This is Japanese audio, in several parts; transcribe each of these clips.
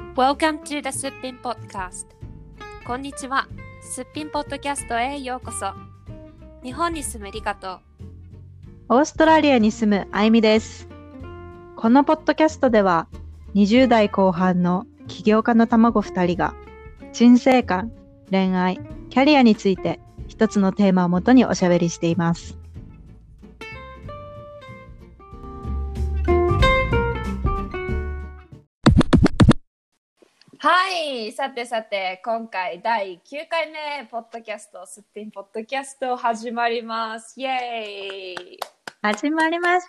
Welcome to the すっぴん Podcast。 こんにちは。すっぴんポッドキャストへようこそ。日本に住むリカとオーストラリアに住むあゆみです。このポッドキャストでは20代後半の起業家の卵2人が人生観、恋愛、キャリアについて一つのテーマをもとにおしゃべりしています。 はい、さて今回第9回目ポッドキャストすっぴんポッドキャスト始まります。イエーイ。 始まりました。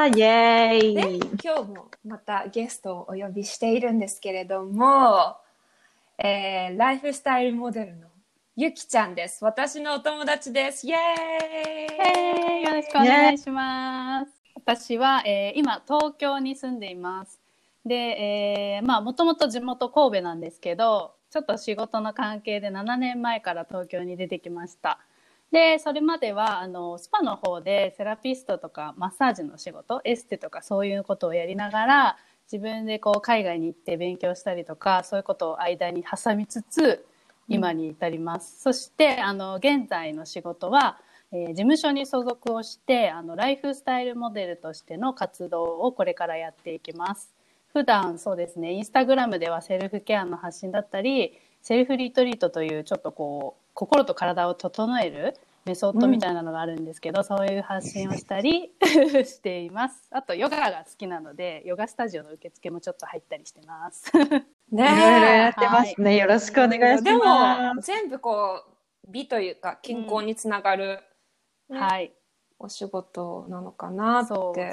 イエーイ。 で、今日もまたゲストをお呼びしているんですけれども、ライフスタイルモデルのゆきちゃんです。私のお友達です。イエーイ。 よろしくお願いします。私は、今東京に住んでいます。で、もともと地元神戸なんですけど、ちょっと仕事の関係で7年前から東京に出てきました。で、それまではスパの方でセラピストとかマッサージの仕事、エステとかそういうことをやりながら、自分でこう海外に行って勉強したりとか、そういうことを間に挟みつつ今に至ります。そして現在の仕事は、事務所に所属をしてライフスタイルモデルとしての活動をこれからやっていきます。普段そうですね、インスタグラムではセルフケアの発信だったり、セルフリトリートというちょっとこう心と体を整えるメソッドみたいなのがあるんですけど、そういう発信をしたりしています。あとヨガが好きなので、ヨガスタジオの受付もちょっと入ったりしてますね、いろいろやってますね、はい、よろしくお願いします。 でも全部こう美というか健康につながる、 はい、 お仕事なのかなって。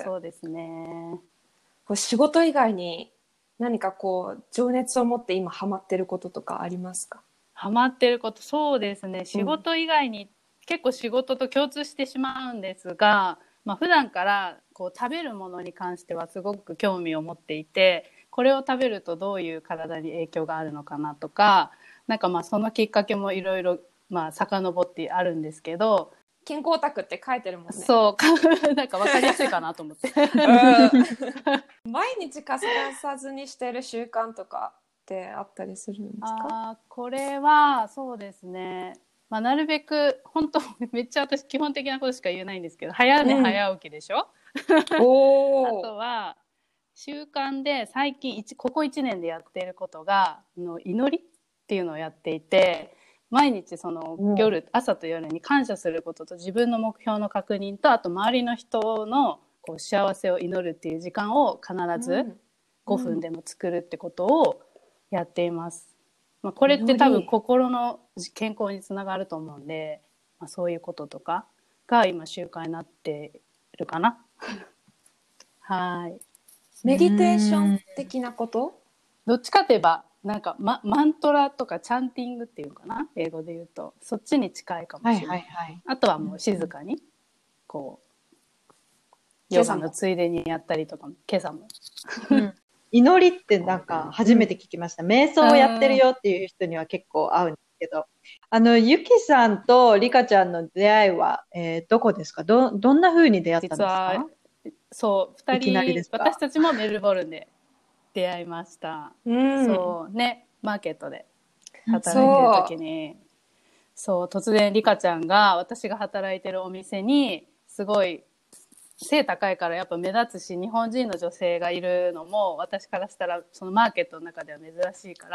そうですね。 仕事以外に何かこう情熱を持って今ハマってることとかありますか？ ハマってること、そうですね、仕事以外に、結構仕事と共通してしまうんですが、普段からこう食べるものに関してはすごく興味を持っていて、これを食べるとどういう体に影響があるのかなとか、なんかそのきっかけもいろいろ遡ってあるんですけど、 健康オタクって書いてるもんね。 そうなんか分かりやすいかなと思って毎日欠かさずにしてる習慣とかってあったりするんですか？ これはそうですね、なるべく本当めっちゃ私基本的なことしか言えないんですけど、早寝早起きでしょ、 おあとは習慣で最近ここ1年でやっていることが祈りっていうのをやっていて、毎日その朝と夜に感謝することと自分の目標の確認と、あと周りの人のこう幸せを祈るっていう時間を必ず5分でも作るってことをやっています。これって多分心の健康につながると思うんで、そういうこととかが今習慣になってるかなはい。 メディテーション的なこと？ どっちかといえばなんか、マントラとかチャンティングっていうのかな、英語で言うとそっちに近いかもしれない、あとはもう静かにこうヨガのついでにやったりとかも今朝も、 祈りってなんか初めて聞きました。瞑想をやってるよっていう人には結構合うんですけど、ゆきさんとリカちゃんの出会いは、どこですか？どんな風に出会ったんですか？ 実はそう2人、私たちもメルボルンで出会いました。そうね、マーケットで働いてる時に、突然リカちゃんが私が働いてるお店にすごい背高いからやっぱ目立つし、日本人の女性がいるのも私からしたらそのマーケットの中では珍しいから、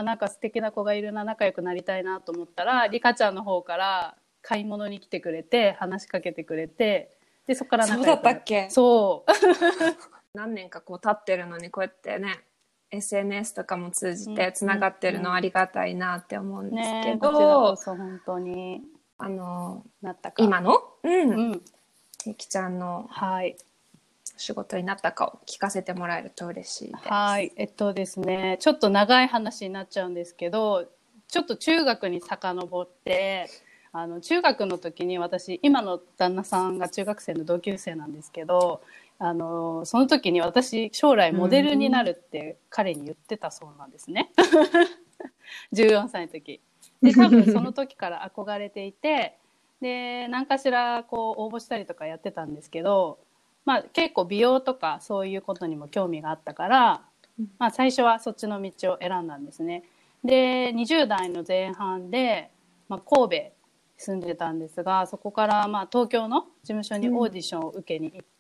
なんか素敵な子がいるな、仲良くなりたいなと思ったら、リカちゃんの方から買い物に来てくれて話しかけてくれて、でそこから仲良くなって。 そうだったっけ？そう何年かこう経ってるのにこうやってね SNS とかも通じてつながってるのありがたいなって思うんですけど、 こちらこそ本当になったか今のゆきちゃんの仕事になったかを聞かせてもらえると嬉しいです。 はい、ですね、ちょっと長い話になっちゃうんですけど、ちょっと中学に遡って、中学の時に私、今の旦那さんが中学生の同級生なんですけど、その時に私将来モデルになるって彼に言ってたそうなんですね14歳の時で、多分その時から憧れていてで何かしらこう応募したりとかやってたんですけど、結構美容とかそういうことにも興味があったから、 まあ、最初はそっちの道を選んだんですね。で20代の前半で、まあ、神戸に住んでたんですが、そこからまあ東京の事務所にオーディションを受けに行って、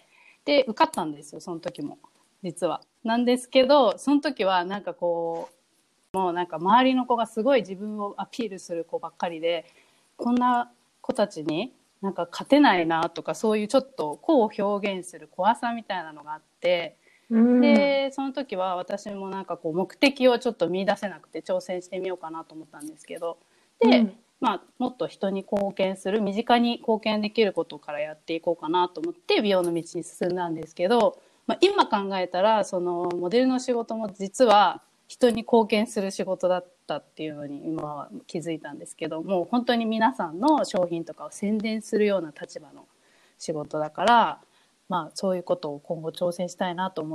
で受かったんですよ、その時も実は。なんですけど、その時はなんかこうもうなんか周りの子がすごい自分をアピールする子ばっかりで、こんな子たちになんか勝てないなとか、そういうちょっと個を表現する怖さみたいなのがあって、でその時は私もなんかこう目的をちょっと見出せなくて挑戦してみようかなと思ったんですけど、で、まあ、もっと人に貢献する、身近に貢献できることからやっていこうかなと思って美容の道に進んだんですけど、まあ、今考えたらそのモデルの仕事も実は人に貢献する仕事だったっていうのに今は気づいたんですけど、もう本当に皆さんの商品とかを宣伝するような立場の仕事だから、まあ、そういうことを今後挑戦したいなと思って、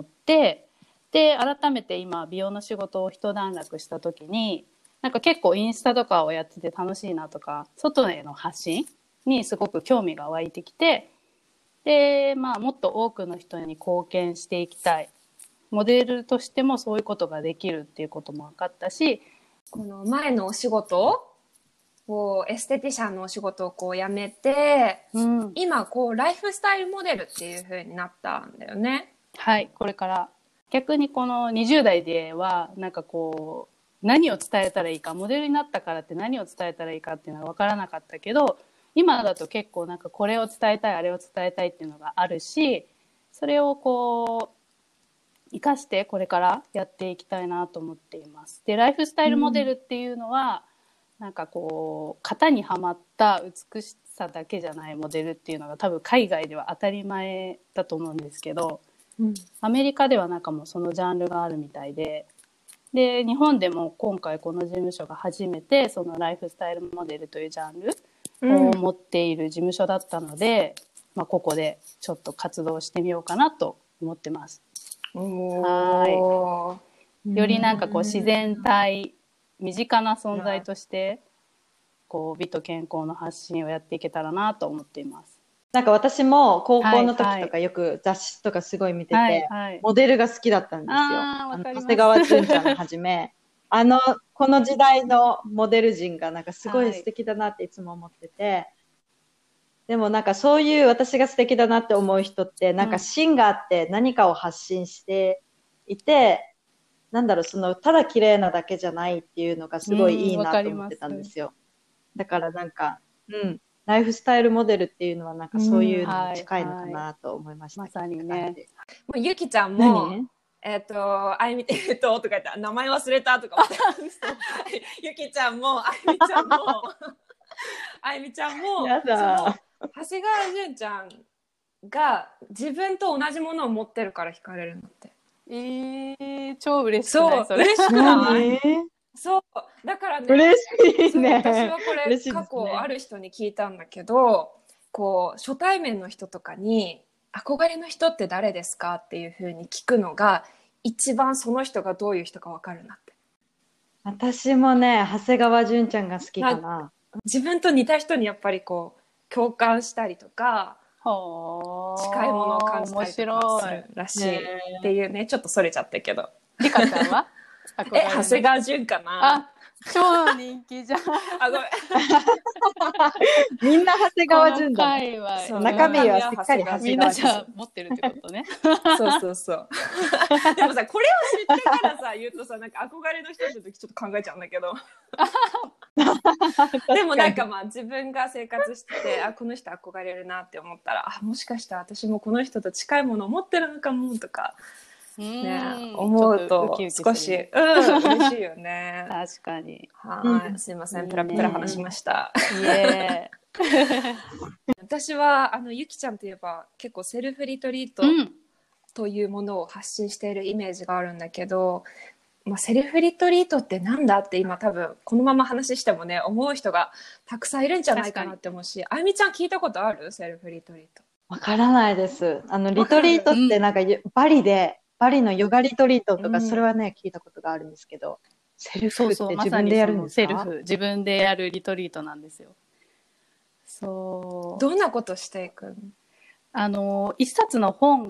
で改めて今美容の仕事を一段落した時に、なんか結構インスタとかをやってて楽しいなとか、外への発信にすごく興味が湧いてきて、で、まあ、もっと多くの人に貢献していきたい、モデルとしてもそういうことができるっていうことも分かったし、 この前のお仕事エステティシャンのお仕事をこう辞めて、今こうライフスタイルモデルっていう風になったんだよね。 はい、これから逆にこの20代ではなんかこう何を伝えたらいいか、モデルになったからって何を伝えたらいいかっていうのが分からなかったけど、今だと結構なんかこれを伝えたい、あれを伝えたいっていうのがあるし、それをこう生かしてこれからやっていきたいなと思っています。でライフスタイルモデルっていうのは、なんかこう型にはまった美しさだけじゃないモデルっていうのが多分海外では当たり前だと思うんですけど、アメリカではなんかもうそのジャンルがあるみたいで、で日本でも今回この事務所が初めてそのライフスタイルモデルというジャンルを持っている事務所だったので、まあ、ここでちょっと活動してみようかなと思ってます。はい、よりなんかこう自然体、身近な存在としてこう美と健康の発信をやっていけたらなと思っています。 なんか私も高校の時とかよく雑誌とかすごい見てて、モデルが好きだったんですよ。長谷川純ちゃんはじめこの時代のモデル陣がなんかすごい素敵だなっていつも思ってて、でもなんかそういう私が素敵だなって思う人ってなんか芯があって何かを発信していて、なんだろう、そのただ綺麗なだけじゃないっていうのがすごいいいなと思ってたんですよ。だからなんか、ライフスタイルモデルっていうのはなんかそういうのに近いのかなと思いました。 まさにね。 もうゆきちゃんもあゆみとか言って名前忘れたとか思ってゆきちゃんもあゆみちゃんもあゆみちゃんもやだ、 長谷川純ちゃんが自分と同じものを持ってるから惹かれるんだって。 超嬉しくない？ そう、嬉しくない？そうだからね、 嬉しいね。 私はこれ過去ある人に聞いたんだけど、こう初対面の人とかに憧れの人って誰ですかっていう風に聞くのが一番その人がどういう人か分かるなって。 私もね、長谷川純ちゃんが好きかな。 自分と似た人にやっぱりこう共感したりとか近いものを感じたりとかするらしいっていうね。ちょっとそれちゃったけど、 リカちゃんは長谷川純かな。 超人気じゃん。 ごめんみんな長谷川純だ、 中身はしっかりみんなじゃ持ってるってことね。 そうでもさ、これを知ってからさ言うとさ、なんか憧れの人の時ちょっと考えちゃうんだけどでもなんかまあ自分が生活しててこの人憧れるなって思ったらもしかしたら私もこの人と近いものを持ってるのかもとか思うと少し嬉しいよね。 確かに。 すいません、ペラペラ話しました。私はゆきちゃんといえば結構セルフリトリートというものを発信しているイメージがあるんだけど、セルフリトリートってなんだって今多分このまま話してもね思う人がたくさんいるんじゃないかなって思うし、あゆみちゃん聞いたことある？セルフリトリート。 わからないです。リトリートってなんかバリのヨガリトリートとか、それはね聞いたことがあるんですけど、セルフって自分でやるんですか？ セルフ、自分でやるリトリートなんですよ。そう。 どんなことしていくの？ 一冊の本があっ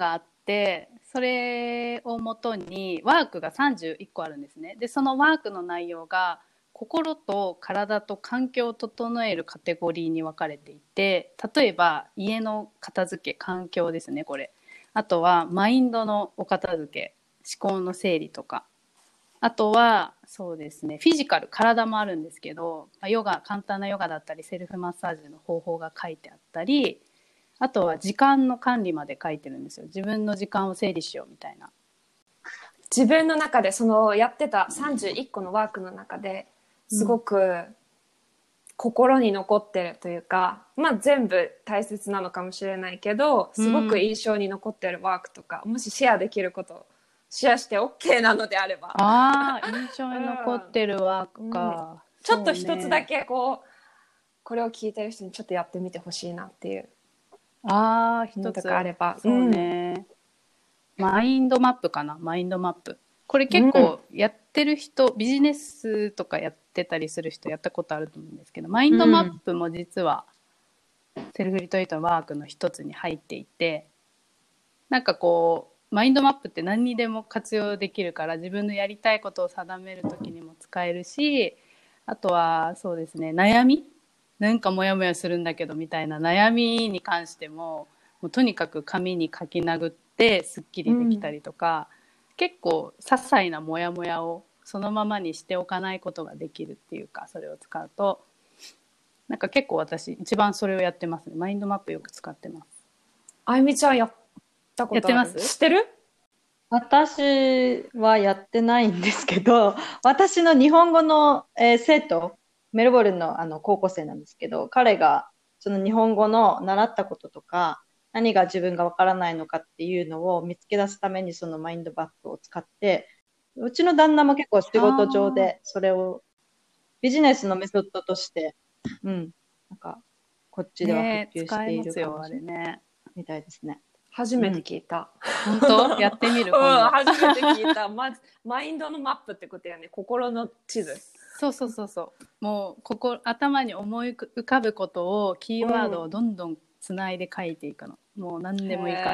て、それをもとにワークが31個あるんですね。でそのワークの内容が心と体と環境を整えるカテゴリーに分かれていて、例えば家の片付け、環境ですね、これ。あとはマインドのお片付け、思考の整理とか、あとはそうですね、フィジカル、体もあるんですけど、ヨガ、簡単なヨガだったりセルフマッサージの方法が書いてあったり、あとは時間の管理まで書いてるんですよ。自分の時間を整理しようみたいな。 自分の中でそのやってた31個のワークの中ですごく心に残ってるというか、まあ全部大切なのかもしれないけど、すごく印象に残ってるワークとか、もしシェアできることシェアして OK なのであれば。 ああ、印象に残ってるワークか。 ちょっと一つだけこれを聞いてる人にちょっとやってみてほしいなっていう一つあれば。 そうね、マインドマップかな。マインドマップ、これ結構やってる人、ビジネスとかやってたりする人やったことあると思うんですけど、マインドマップも実はセルフリトリートのワークの一つに入っていて、なんかこうマインドマップって何にでも活用できるから、自分のやりたいことを定める時にも使えるし、あとはそうですね、悩み、なんかモヤモヤするんだけどみたいな悩みに関しても、もうとにかく紙に書き殴ってすっきりできたりとか、結構些細なモヤモヤをそのままにしておかないことができるっていうか、それを使うとなんか結構私一番それをやってますね。マインドマップよく使ってます。 あゆみちゃんやったことある？ やってます？ 知ってる？ 私はやってないんですけど、私の日本語の、生徒、メルボルンの、高校生なんですけど、彼がその日本語の習ったこととか、何が自分がわからないのかっていうのを見つけ出すためにそのマインドマップを使って、うちの旦那も結構仕事上でそれをビジネスのメソッドとして、なんかこっちでは普及しているかもしれない、ね、みたいですね。 初めて聞いた。 本当？やってみる？ 初めて聞いた。マインドのマップってことやね。心の地図。 そう。もう頭に思い浮かぶことを、キーワードをどんどんつないで書いていくの。もう何でもいいから。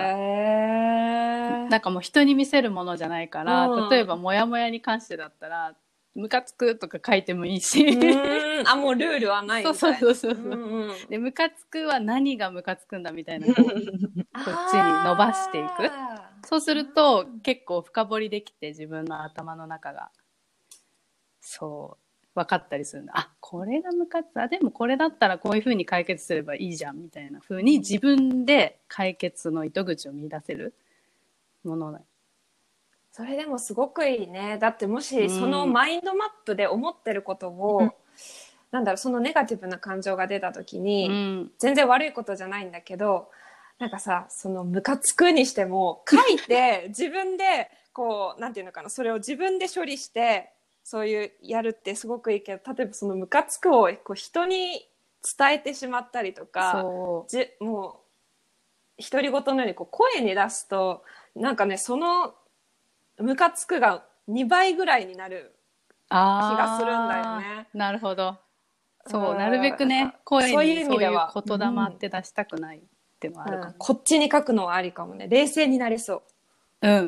なんかもう人に見せるものじゃないから、例えばモヤモヤに関してだったら、ムカつくとか書いてもいいし。 もうルールはないみたいな。 そう。で、ムカつくは何がムカつくんだみたいな、こっちに伸ばしていく。そうすると結構深掘りできて、自分の頭の中がそう分かったりするんだ。あ、これがムカつく。でもこれだったらこういう風に解決すればいいじゃんみたいな風に、自分で解決の糸口を見出せるもの。 それでもすごくいいね。だってもしそのマインドマップで思ってることを、なんだろう、そのネガティブな感情が出た時に、全然悪いことじゃないんだけど、なんかさ、そのムカつくにしても書いて自分でこう、なんていうのかな、それを自分で処理してそういうやるってすごくいいけど、例えばそのムカつくをこう人に伝えてしまったりとか、もう独り言のようにこう声に出すと、なんかね、そのムカつくが2倍ぐらいになる気がするんだよね。 なるほど。そう、なるべくね、声にそういう言霊って出したくないってのはあるかも。 こっちに書くのはありかもね。冷静になれそう。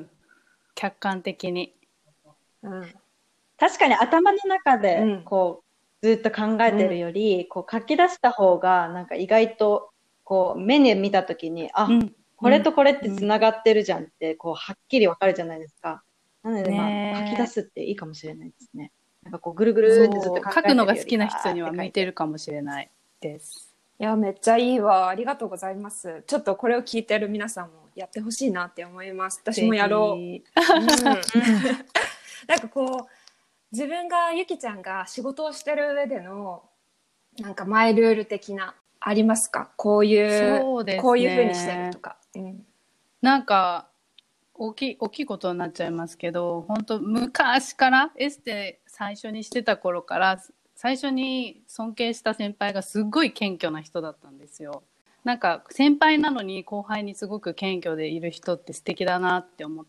客観的に。 確かに頭の中でこう、ずっと考えてるより、こう書き出した方がなんか意外とこう目に見た時に、これとこれってつながってるじゃんって、こうはっきりわかるじゃないですか。なので書き出すっていいかもしれないですね。なんかこうぐるぐるってずっと考えてるより書くのが好きな人には向いてるかもしれないです。 いや、めっちゃいいわ。ありがとうございます。ちょっとこれを聞いてる皆さんもやってほしいなって思います。私もやろう。なんかこう、自分がゆきちゃんが仕事をしてる上でのなんかマイルール的なありますか？こういう風にしてるとか。 なんか大きいことになっちゃいますけど、本当昔からエステ最初にしてた頃から、最初に尊敬した先輩がすごい謙虚な人だったんですよ。なんか先輩なのに後輩にすごく謙虚でいる人って素敵だなって思って、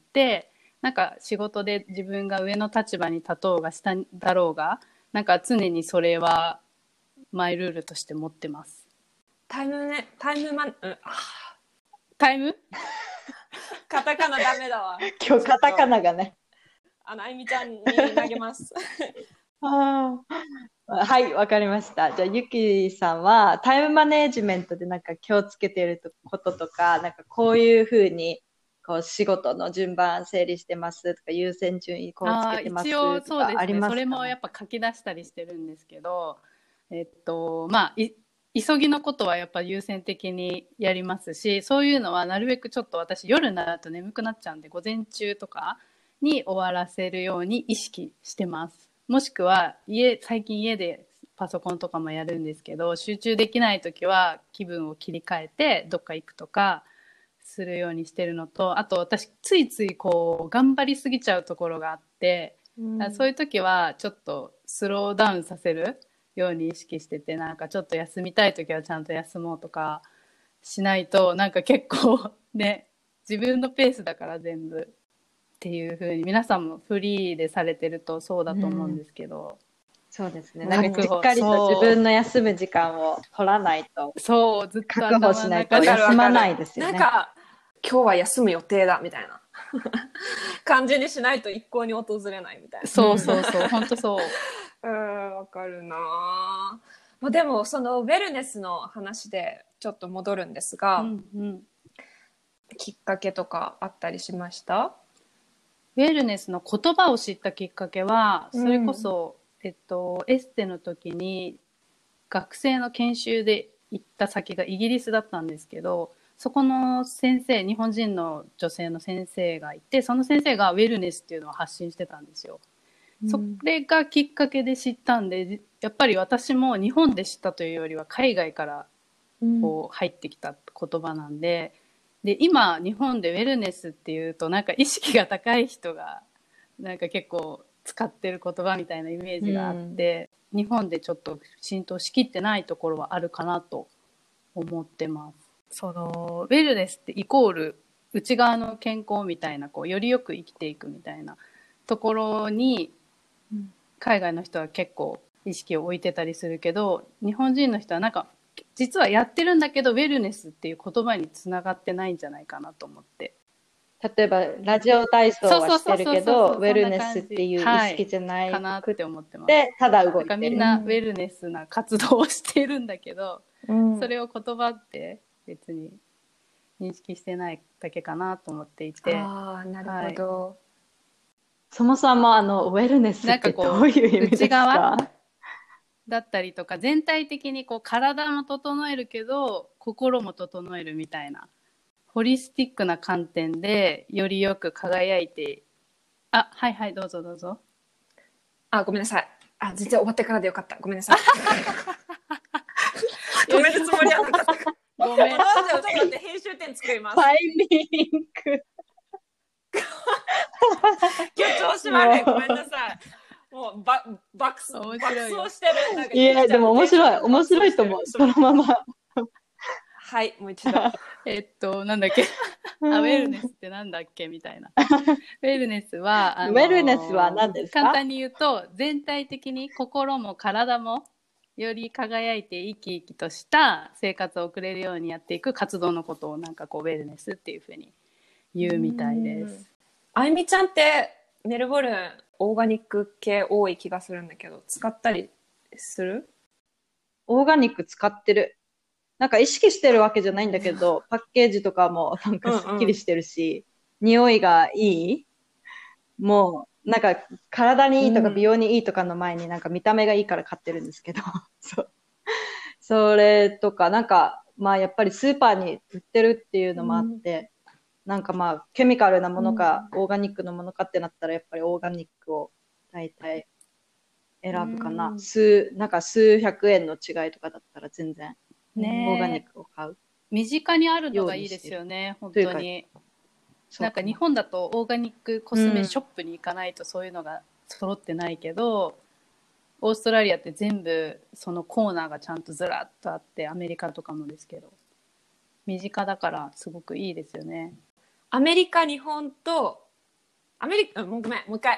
なんか仕事で自分が上の立場に立とうが下だろうが、なんか常にそれはマイルールとして持ってます。 タイムカタカナダメだわ。 今日カタカナがね。 あゆみちゃんに投げます。 はい、わかりました。じゃあ、ゆきさんはタイムマネージメントでなんか気をつけていることとか、なんかこういうふうにこう仕事の順番整理してますとか、優先順位こうつけてます一応とそうですね。 かありますか？ それもやっぱ書き出したりしてるんですけど、まあ急ぎのことはやっぱ優先的にやりますし、そういうのはなるべくちょっと私夜になると眠くなっちゃうんで、午前中とかに終わらせるように意識してます。もしくは最近家でパソコンとかもやるんですけど、集中できない時は気分を切り替えてどっか行くとかするようにしてるのと、あと私ついついこう頑張りすぎちゃうところがあって、そういう時はちょっとスローダウンさせるように意識してて、なんかちょっと休みたい時はちゃんと休もうとかしないと、なんか結構ね、自分のペースだから全部っていう風に、皆さんもフリーでされてるとそうだと思うんですけど、 そうですね。なんかしっかりと自分の休む時間を取らないと、 そうずっと確保しないと休まないですよね。 なんか今日は休む予定だみたいな感じにしないと一向に訪れないみたいな。 そう本当そう。 わかるな。まあ、でもそのウェルネスの話でちょっと戻るんですが、きっかけとかあったりしました？ ウェルネスの言葉を知ったきっかけは、それこそ、エステの時に学生の研修で行った先がイギリスだったんですけど、そこの先生、日本人の女性の先生がいて、その先生がウェルネスっていうのを発信してたんですよ。それがきっかけで知ったんで、やっぱり私も日本で知ったというよりは海外からこう入ってきた言葉なんで、で今日本でウェルネスっていうとなんか意識が高い人がなんか結構使ってる言葉みたいなイメージがあって、日本でちょっと浸透しきってないところはあるかなと思ってます。そのウェルネスってイコール内側の健康みたいな、こうよりよく生きていくみたいなところに海外の人は結構意識を置いてたりするけど、日本人の人はなんか実はやってるんだけどウェルネスっていう言葉につながってないんじゃないかなと思って、 例えばラジオ体操はしてるけどウェルネスっていう意識じゃないかなって思ってます。 でただ動いてる。 みんなウェルネスな活動をしているんだけど、それを言葉って別に認識してないだけかなと思っていて。 なるほど。 そもそもウェルネスってどういう意味ですか？ 内側だったりとか、全体的にこう体も整えるけど心も整えるみたいな、ホリスティックな観点でよりよく輝いて、はいどうぞ。 ごめんなさい。全然終わってからでよかった。ごめんなさい。止めるつもりはなかった。ごめん。ちょっと待って、編集点作ります。 タイミング。 今日調子悪い。ごめんなさい。もう爆走してる。なんかいやでも面白いと思う。そのまま。 はい、もう一度。 なんだっけウェルネスってなんだっけみたいな。ウェルネスはウェルネスは何ですか？ 簡単に言うと、全体的に心も体もより輝いて生き生きとした生活を送れるようにやっていく活動のことをなんかこうウェルネスっていうふうに言うみたいです。 あゆみちゃんってメルボルンオーガニック系多い気がするんだけど、使ったりする？ オーガニック使ってる。なんか意識してるわけじゃないんだけど、パッケージとかもなんかすっきりしてるし、匂いがいい。もうなんか体にいいとか美容にいいとかの前になんか見た目がいいから買ってるんですけど、それとかなんかまあやっぱりスーパーに売ってるっていうのもあって、なんかまあケミカルなものかオーガニックのものかってなったらやっぱりオーガニックを大体選ぶかな。なんか数百円の違いとかだったら全然オーガニックを買う。 身近にあるのがいいですよね、本当に。なんか日本だとオーガニックコスメショップに行かないとそういうのが揃ってないけど、オーストラリアって全部そのコーナーがちゃんとずらっとあって、アメリカとかもですけど身近だからすごくいいですよね。 アメリカ、日本ともうごめん、もう一回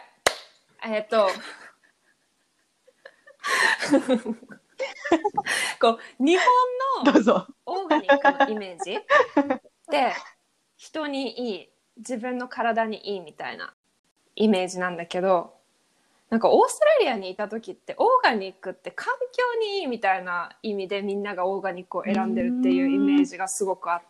こう日本のオーガニックのイメージで人にいい自分の体にいいみたいなイメージなんだけど、なんかオーストラリアにいた時ってオーガニックって環境にいいみたいな意味でみんながオーガニックを選んでるっていうイメージがすごくあって、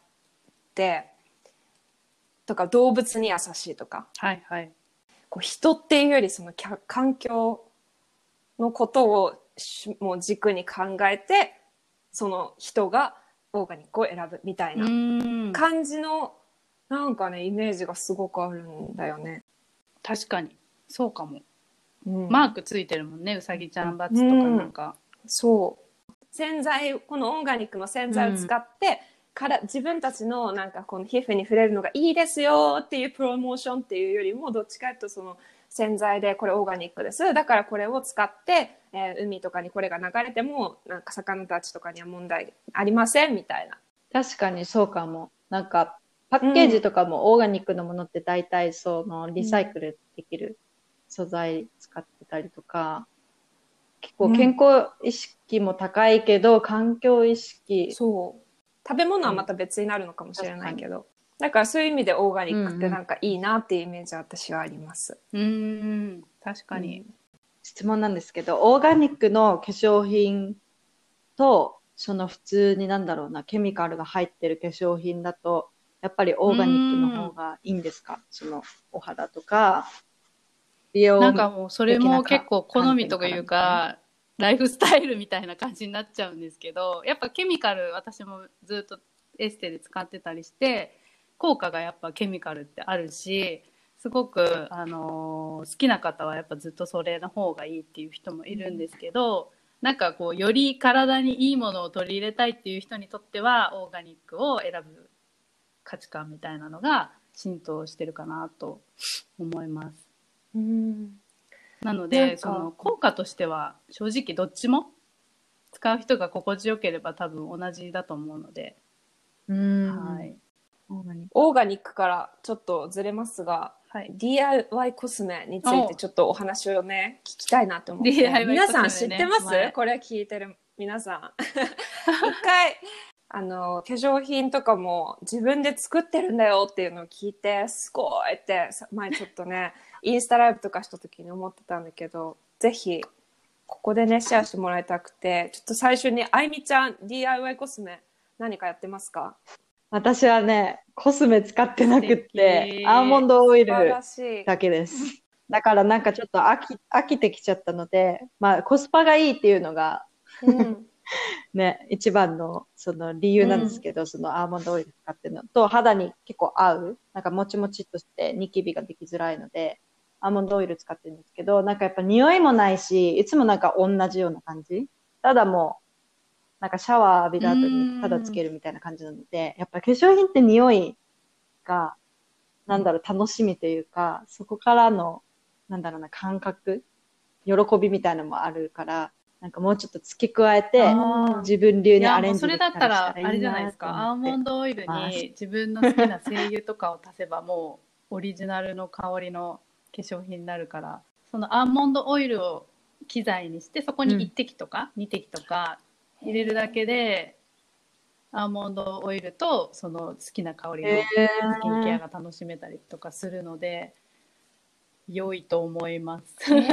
とか動物に優しいとか、 はいはい。 こう人っていうよりその環境のことをもう軸に考えて、その人がオーガニックを選ぶみたいな感じのなんかねイメージがすごくあるんだよね。 確かにそうかも、 うん、 マークついてるもんね、うさぎちゃんバツとかなんか、 そう洗剤、このオーガニックの洗剤を使って、から自分たちのなんかこの皮膚に触れるのがいいですよっていうプロモーションっていうよりも、どっちかというとその洗剤でこれオーガニックです、だからこれを使って、海とかにこれが流れてもなんか魚たちとかには問題ありませんみたいな。 確かにそうかも。なんかパッケージとかもオーガニックのものって大体そのリサイクルできる素材使ってたりとか、結構健康意識も高いけど、環境意識、 そう食べ物はまた別になるのかもしれないけど、だからそういう意味でオーガニックってなんかいいなっていうイメージは私はあります。 確かに、 質問なんですけど、オーガニックの化粧品とその普通になんだろうな、ケミカルが入ってる化粧品だとやっぱりオーガニックの方がいいんですか？そのお肌とか美容。 なんかもうそれも結構好みとかいうかライフスタイルみたいな感じになっちゃうんですけど、やっぱケミカル私もずっとエステで使ってたりして効果がやっぱケミカルってあるし、すごく、好きな方はやっぱずっとそれの方がいいっていう人もいるんですけど、なんかこうより体にいいものを取り入れたいっていう人にとってはオーガニックを選ぶ価値観みたいなのが浸透してるかなと思います。なのでその効果としては正直どっちも使う人が心地よければ多分同じだと思うので、はい、 オーガニックからちょっとずれますが、はい、DIY コスメについてちょっとお話をね聞きたいなと思って、皆さん知ってます？これ聞いてる皆さん一回化粧品とかも自分で作ってるんだよっていうのを聞いて、すごいって前ちょっとねインスタライブとかした時に思ってたんだけど、ぜひここでねシェアしてもらいたくて、ちょっと最初にあいみちゃん DIY コスメ何かやってますか？ 私はねコスメ使ってなくってアーモンドオイルだけです。だからなんかちょっと飽きてきちゃったので、まあコスパがいいっていうのが、ね、一番のその理由なんですけど、そのアーモンドオイル使ってるのと肌に結構合う、なんかもちもちっとしてニキビができづらいのでアーモンドオイル使ってるんですけど、なんかやっぱ匂いもないし、いつもなんか同じような感じ。ただもうなんかシャワー浴びた後に肌つけるみたいな感じなので、やっぱ化粧品って匂いがなんだろう楽しみというか、そこからのなんだろうな感覚、喜びみたいなのもあるから、なんかもうちょっと付け加えて自分流にアレンジできたらしたらいいなと思って。それだったらあれじゃないですか、 アーモンドオイルに自分の好きな精油とかを足せばもうオリジナルの香りの化粧品になるから、そのアーモンドオイルを機材にしてそこに1滴とか2滴とか入れるだけで、アーモンドオイルとその好きな香りのスキンケアが楽しめたりとかするので、良いと思います。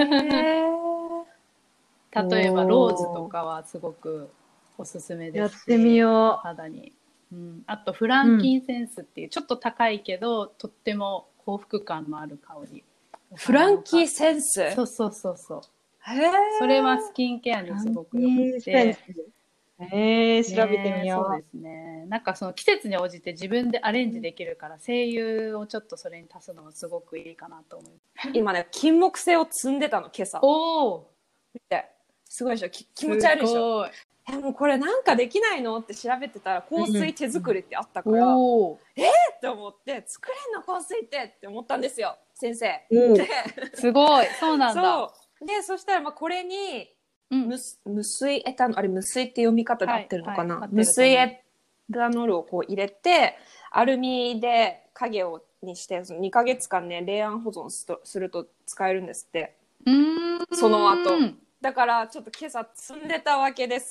例えばローズとかはすごくおすすめですし、 やってみよう。 肌に、あとフランキンセンスっていうちょっと高いけど、とっても幸福感のある香り。 フランキーセンス？ そうそうそうそう。それはスキンケアにすごくよくて、 調べてみよう。 そうですね。なんかその季節に応じて自分でアレンジできるから、精油をちょっとそれに足すのはすごくいいかなと思います。 今ね金木犀を摘んでたの今朝。見てすごいでしょ、気持ち悪いでしょ。もうこれなんかできないのって調べてたら香水手作りってあったから、って思って作れんの香水って思ったんですよ先生。 すごい、そうなんだ。 でそしたらこれに無水エタノール、あれ無水って読み方で合ってるのかな、無水エタノールをこう入れてアルミで影にして2ヶ月間ね冷暗保存すると使えるんですって。その後だからちょっと今朝摘んでたわけです。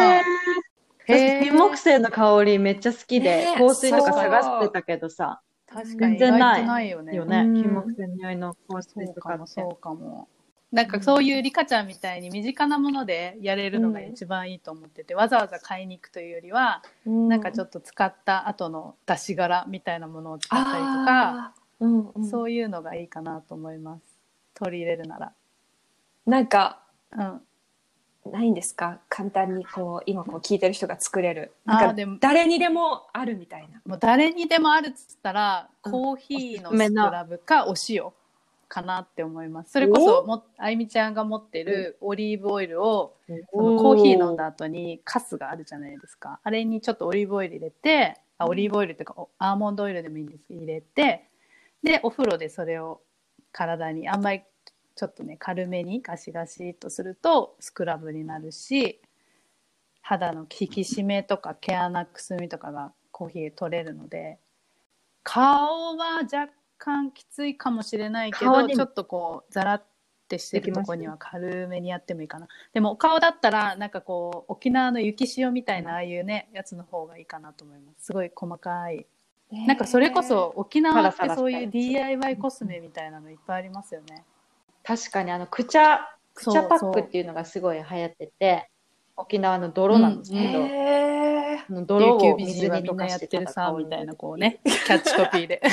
私金木犀の香りめっちゃ好きで、香水とか探してたけどさ、 確かに全然ない意外とないよね。 よね。 うん金木犀の匂いの香水そうとかって。 かもそうかも。なんかそういうリカちゃんみたいに身近なものでやれるのが一番いいと思ってて、わざわざ買いに行くというよりは、なんかちょっとっと使った後の出し殻みたいなものを使ったりとか、そういうのがいいかなと思います。取り入れるなら。 なんかうん。 ないんですか、簡単に今聞いてる人が作れる、なんかでも誰にでもあるみたいな。 もう誰にでもあるっつったら、 うんコーヒーのスクラブかお塩かなって思います。それこそあいみちゃんが持ってるオリーブオイルをそのコーヒー飲んだ後にカスがあるじゃないですか。あれにちょっとオリーブオイル入れて、オリーブオイルっていうかアーモンドオイルでもいいんですけど入れて、でお風呂でそれを体にあんまりちょっとね軽めにガシガシっとするとスクラブになるし、肌の引き締めとか毛穴くすみとかがコーヒーで取れるので、顔は若干きついかもしれないけど、ちょっとこうザラってしてるとこには軽めにやってもいいかな。でもお顔だったらなんかこう沖縄の雪塩みたいなああいうねやつの方がいいかなと思います。すごい細かい。なんかそれこそ沖縄ってそういう DIY コスメみたいなのいっぱいありますよね。 確かにクチャパックっていうのがすごい流行ってて、沖縄の泥なんですけど、泥を水に溶かしてやってるさみたいなこうねキャッチコピーで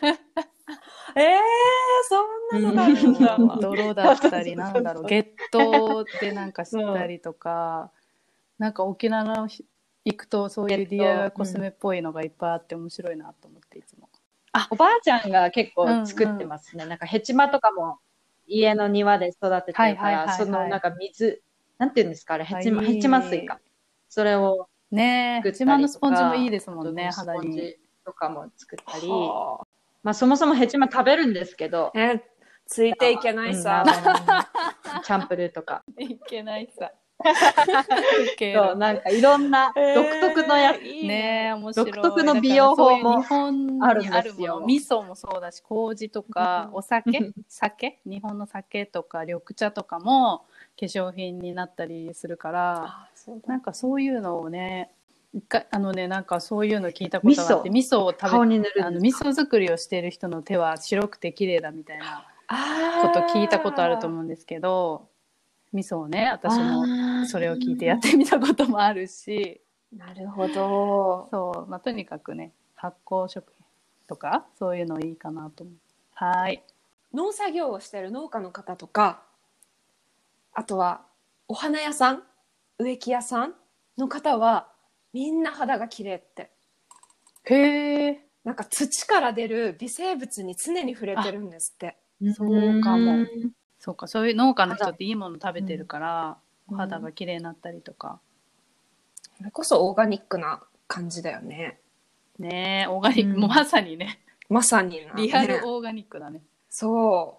そんなのがあるんだ泥だったりなんだろう、ゲットでなんかしたりとか、なんか沖縄の行くとそういう DIY コスメっぽいのがいっぱいあって面白いなと思っていつも。 おばあちゃんが結構作ってますね。なんかヘチマとかも家の庭で育ててるから、そのなんか水、なんていうんですかあれ、ヘチマ水か。それをね、ヘチマのスポンジもいいですもんね、肌に。 スポンジとかも作ったり。まあそもそもヘチマ食べるんですけど。 ついていけないさ。 チャンプルーとか。 いけないさ。 そう、なんかいろんな独特のやつ、 ね、面白い。 独特の美容法も日本にあるもの、味噌もそうだし、麹とかお酒、日本の酒とか緑茶とかも化粧品になったりするから、なんかそういうのをね、なんかそういうの聞いたことがあって、味噌を食べる、味噌作りをしている人の手は白くて綺麗だみたいなこと聞いたことあると思うんですけど、味噌をね、私もそれを聞いてやってみたこともあるし。 なるほど。 そう、まあ、とにかくね、発酵食品とかそういうのいいかなと思う。はい。 農作業をしている農家の方とか、あとはお花屋さん、植木屋さんの方はみんな肌が綺麗って。 へえ。 なんか土から出る微生物に常に触れてるんですって。 そうかも。そうか、そういう農家の人っていいもの食べてるから、お肌が綺麗になったりとか。 それこそオーガニックな感じだよね。 ねえ、オーガニック、もうまさにね。 まさにな、 リアルオーガニックだね。 そう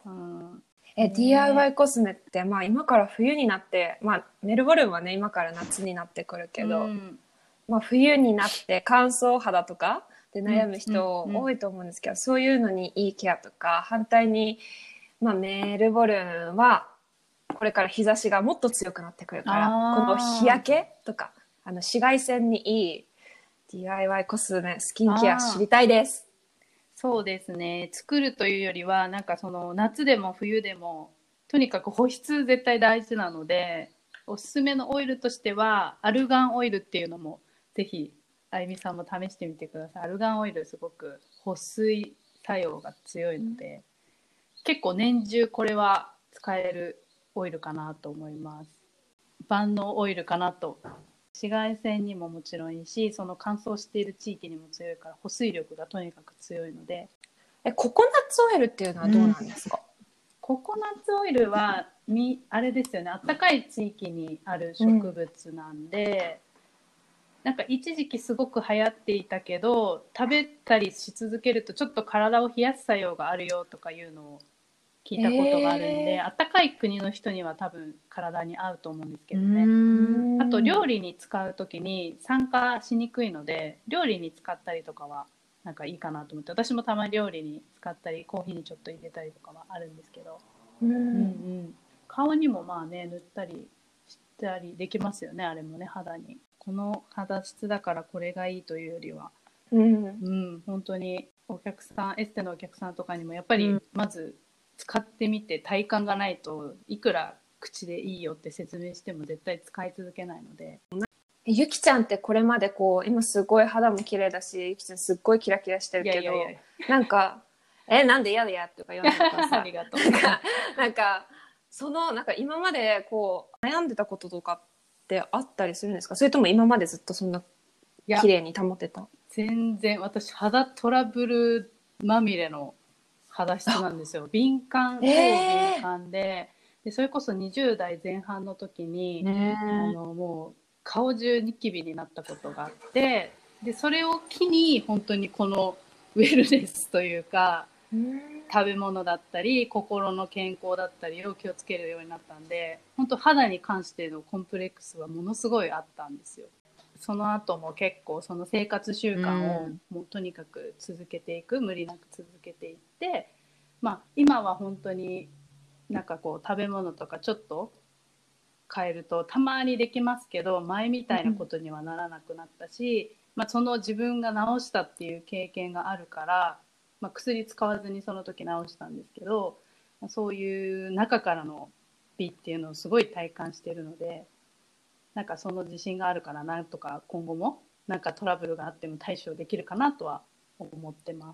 。DIY コスメって、まあ今から冬になって、まあメルボルンはね、今から夏になってくるけど、まあ冬になって乾燥肌とかで悩む人多いと思うんですけど、そういうのにいいケアとか、反対に、まあメルボルンはこれから日差しがもっと強くなってくるから、この日焼けとか、紫外線にいい DIY コスメ、スキンケア知りたいです。 そうですね。作るというよりは、なんかその夏でも冬でも、とにかく保湿絶対大事なので、おすすめのオイルとしては、アルガンオイルっていうのも、ぜひ、あゆみさんも試してみてください。アルガンオイルすごく保水作用が強いので、結構年中これは使えるオイルかなと思います。万能オイルかなと。紫外線にももちろんいいし、その乾燥している地域にも強いから保水力がとにかく強いので。 ココナッツオイルっていうのはどうなんですか？ ココナッツオイルはあれですよね、暖かい地域にある植物なんで、なんか一時期すごく流行っていたけど、食べたりし続けるとちょっと体を冷やす作用があるよとかいうのを聞いたことがあるんで、暖かい国の人には多分体に合うと思うんですけどね。あと料理に使う時に酸化しにくいので、料理に使ったりとかはなんかいいかなと思って、私もたまに料理に使ったりコーヒーにちょっと入れたりとかはあるんですけど、顔にもまあね塗ったりしたりできますよね。あれもね、肌にこの肌質だからこれがいいというよりは本当にお客さん、エステのお客さんとかにもやっぱりまず使ってみて体感がないといくら口でいいよって説明しても絶対使い続けないので。 ゆきちゃんってこれまでこう今すごい肌も綺麗だし、ゆきちゃんすっごいキラキラしてるけど、なんかなんで嫌だやとか言わないとかさありがとう。 なんか今までこう悩んでたこととかってあったりするんですか？それとも今までずっとそんな綺麗に保ってた？ 全然私肌トラブルまみれの肌質なんですよ。敏感、敏感で、それこそ20代前半の時に、もう顔中ニキビになったことがあって、でそれを機に本当にこのウェルネスというか、食べ物だったり心の健康だったりを気をつけるようになったんで、本当肌に関してのコンプレックスはものすごいあったんですよ。その後も結構その生活習慣をもうとにかく続けていく、無理なく続けていって、今は本当になんかこう食べ物とかちょっと変えるとたまにできますけど、前みたいなことにはならなくなったし、その自分が治したっていう経験があるから、薬使わずにその時治したんですけど、そういう中からの美っていうのをすごい体感してるので、なんかその自信があるから、なんとか今後もなんかトラブルがあっても対処できるかなとは思ってます。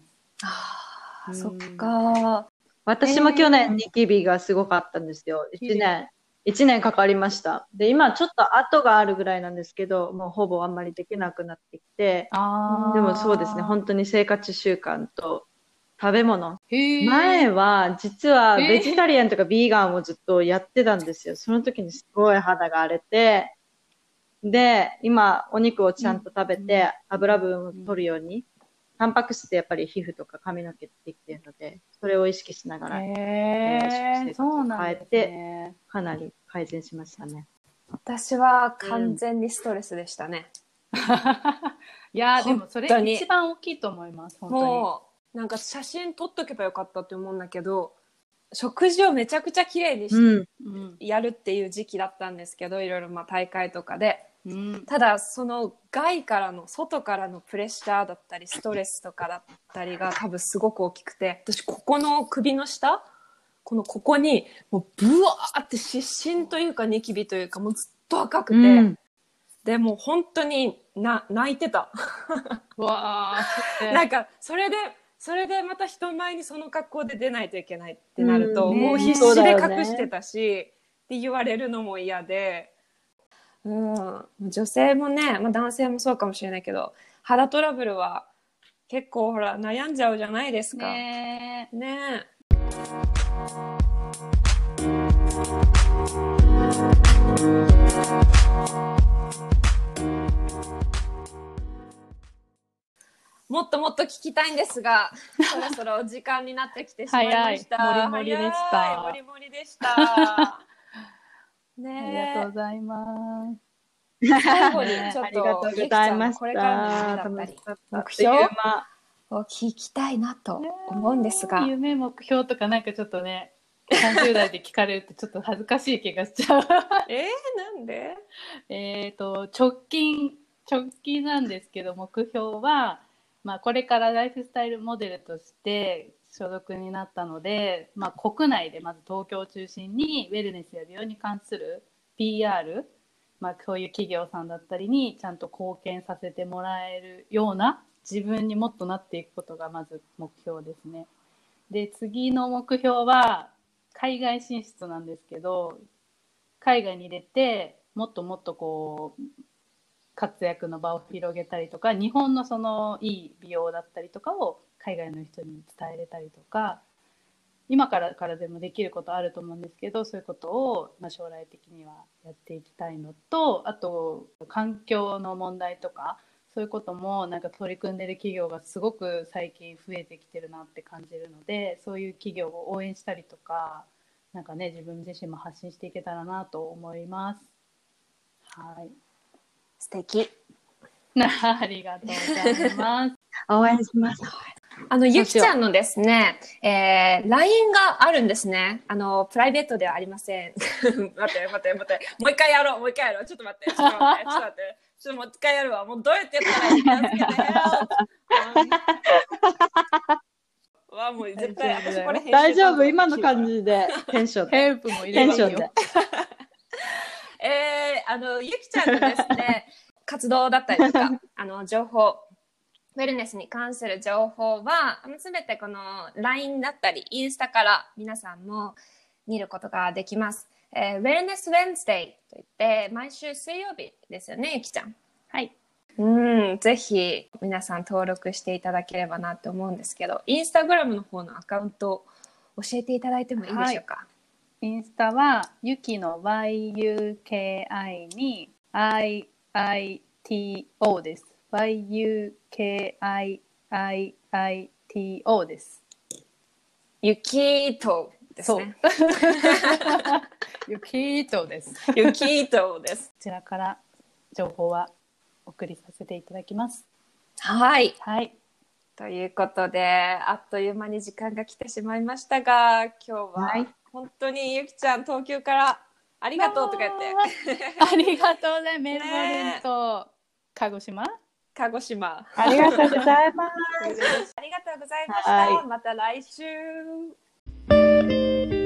そっか。 私も去年ニキビがすごかったんですよ。1年かかりました。で、今ちょっと跡があるぐらいなんですけど、もうほぼあんまりできなくなってきて、でもそうですね、本当に生活習慣と食べ物。前は実はベジタリアンとかビーガンをずっとやってたんですよ。その時にすごい肌が荒れて、で、今お肉をちゃんと食べて油分を取るように、タンパク質ってやっぱり皮膚とか髪の毛ってできてるので、それを意識しながら、食生活を変えて、かなり改善しましたね。 私は完全にストレスでしたね。 いやでもそれ一番大きいと思います。本当にもうなんか写真撮っとけばよかったって思うんだけど、食事をめちゃくちゃ綺麗にしてやるっていう時期だったんですけど、いろいろ大会とかで、ただその外からのプレッシャーだったりストレスとかだったりが多分すごく大きくて、私ここの首の下、ここにもうブワーって湿疹というかニキビというかもうずっと赤くて、でもう本当に泣いてた。 わーなんかそれでまた人前にその格好で出ないといけないってなると、もう必死で隠してたし、って言われるのも嫌で、女性もね、男性もそうかもしれないけど、肌トラブルは結構ほら悩んじゃうじゃないですか。ねもっともっと聞きたいんですが、そろそろお時間になってきてしまいました。 もりもりでした。 もりもりでした。 ね、ありがとうございます。 最後にちょっとありがとうございました。 これからの夢だったり目標を聞きたいなと思うんですが、 夢目標とかなんかちょっとね、30代で聞かれるとちょっと恥ずかしい気がしちゃう。 なんで？ 直近なんですけど、目標は、これからライフスタイルモデルとして所属になったので、国内でまず東京を中心にウェルネスや美容に関する PR、そういう企業さんだったりにちゃんと貢献させてもらえるような自分にもっとなっていくことがまず目標ですね。で、次の目標は海外進出なんですけど、海外に出てもっともっとこう活躍の場を広げたりとか、日本のそのいい美容だったりとかを海外の人に伝えれたりとか、今からでもできることあると思うんですけど、そういうことを将来的にはやっていきたいのと、あと環境の問題とかそういうこともなんか取り組んでる企業がすごく最近増えてきてるなって感じるので、そういう企業を応援したりとか、なんかね、自分自身も発信していけたらなと思います。はい。 素敵。 ありがとうございます。 応援します。 ゆきちゃんのですね、LINE があるんですね。プライベートではありません。待って。もう一回やろう。ちょっと待って。 ちょっともう一回やるわ。もうどうやってやったらいいか助けて。わもう絶対私これ編集大丈夫、今の感じでテンションで。 ヘルプも入れますよ。 テンションで。 ゆきちゃんのですね活動だったりとか情報ウェルネスに関する情報はすべてこの LINE だったりインスタから皆さんも見ることができます。ウェルネス Wednesday といって毎週水曜日ですよね、ゆきちゃん。 はい。 ぜひ皆さん登録していただければなと思うんですけど、インスタグラムの方のアカウント教えていただいてもいいでしょうか。 インスタはゆきの YUKI に IITO です。YUKIIITO です。 ゆきとですね。 ゆきとです。 ゆきとです。 こちらから情報は送りさせていただきます。 はい。 はい。 ということで、あっという間に時間が来てしまいましたが、今日は本当にゆきちゃん東京からありがとうとか言って。 ありがとうね、メルボルンと鹿児島。 鹿児島。 ありがとうございます。 ありがとうございました。また来週。